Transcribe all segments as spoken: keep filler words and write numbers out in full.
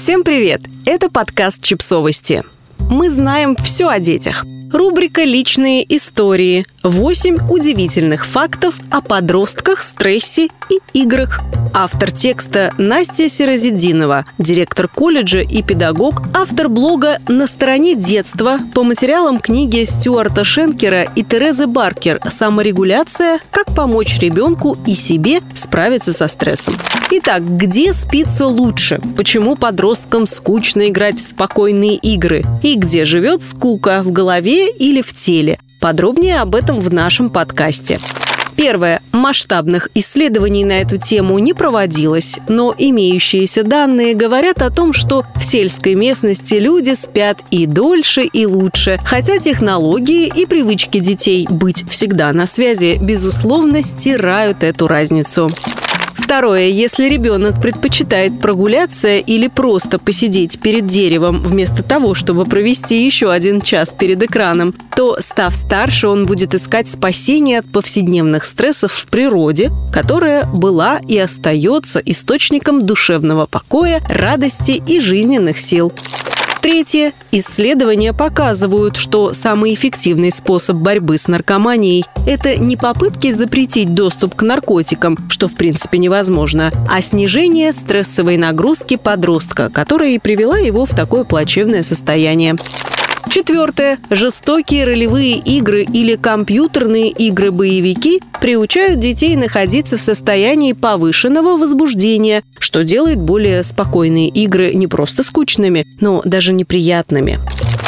Всем привет! Это подкаст «Чипсовости». Мы знаем все о детях. Рубрика «Личные истории». Восемь удивительных фактов о подростках, стрессе и играх. Автор текста Настя Сиразитдинова, директор колледжа и педагог, автор блога «На стороне детства» по материалам книги Стюарта Шенкера и Терезы Баркер «Саморегуляция. Как помочь ребенку и себе справиться со стрессом». Итак, где спится лучше? Почему подросткам скучно играть в спокойные игры? И где живет скука, в голове или в теле? Подробнее об этом в нашем подкасте. Первое. Масштабных исследований на эту тему не проводилось, но имеющиеся данные говорят о том, что в сельской местности люди спят и дольше, и лучше, хотя технологии и привычки детей быть всегда на связи, безусловно, стирают эту разницу. Второе. Если ребенок предпочитает прогуляться или просто посидеть перед деревом вместо того, чтобы провести еще один час перед экраном, то, став старше, он будет искать спасение от повседневных стрессов в природе, которая была и остается источником душевного покоя, радости и жизненных сил. Третье. Исследования показывают, что самый эффективный способ борьбы с наркоманией – это не попытки запретить доступ к наркотикам, что в принципе невозможно, а снижение стрессовой нагрузки подростка, которая и привела его в такое плачевное состояние. Четвертое. Жестокие ролевые игры или компьютерные игры-боевики приучают детей находиться в состоянии повышенного возбуждения, что делает более спокойные игры не просто скучными, но даже неприятными.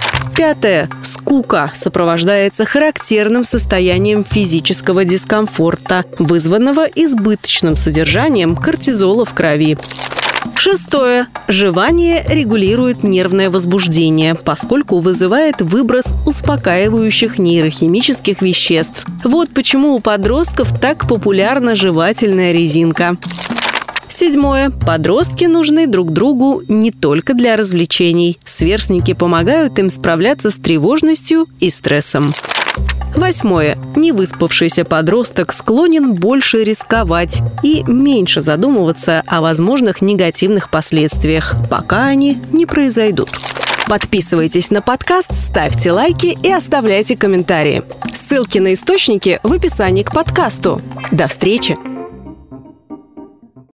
Пятое. Скука сопровождается характерным состоянием физического дискомфорта, вызванного избыточным содержанием кортизола в крови. Шестое. Жевание регулирует нервное возбуждение, поскольку вызывает выброс успокаивающих нейрохимических веществ. Вот почему у подростков так популярна жевательная резинка. Седьмое. Подростки нужны друг другу не только для развлечений. Сверстники помогают им справляться с тревожностью и стрессом. Восьмое. Невыспавшийся подросток склонен больше рисковать и меньше задумываться о возможных негативных последствиях, пока они не произойдут. Подписывайтесь на подкаст, ставьте лайки и оставляйте комментарии. Ссылки на источники в описании к подкасту. До встречи!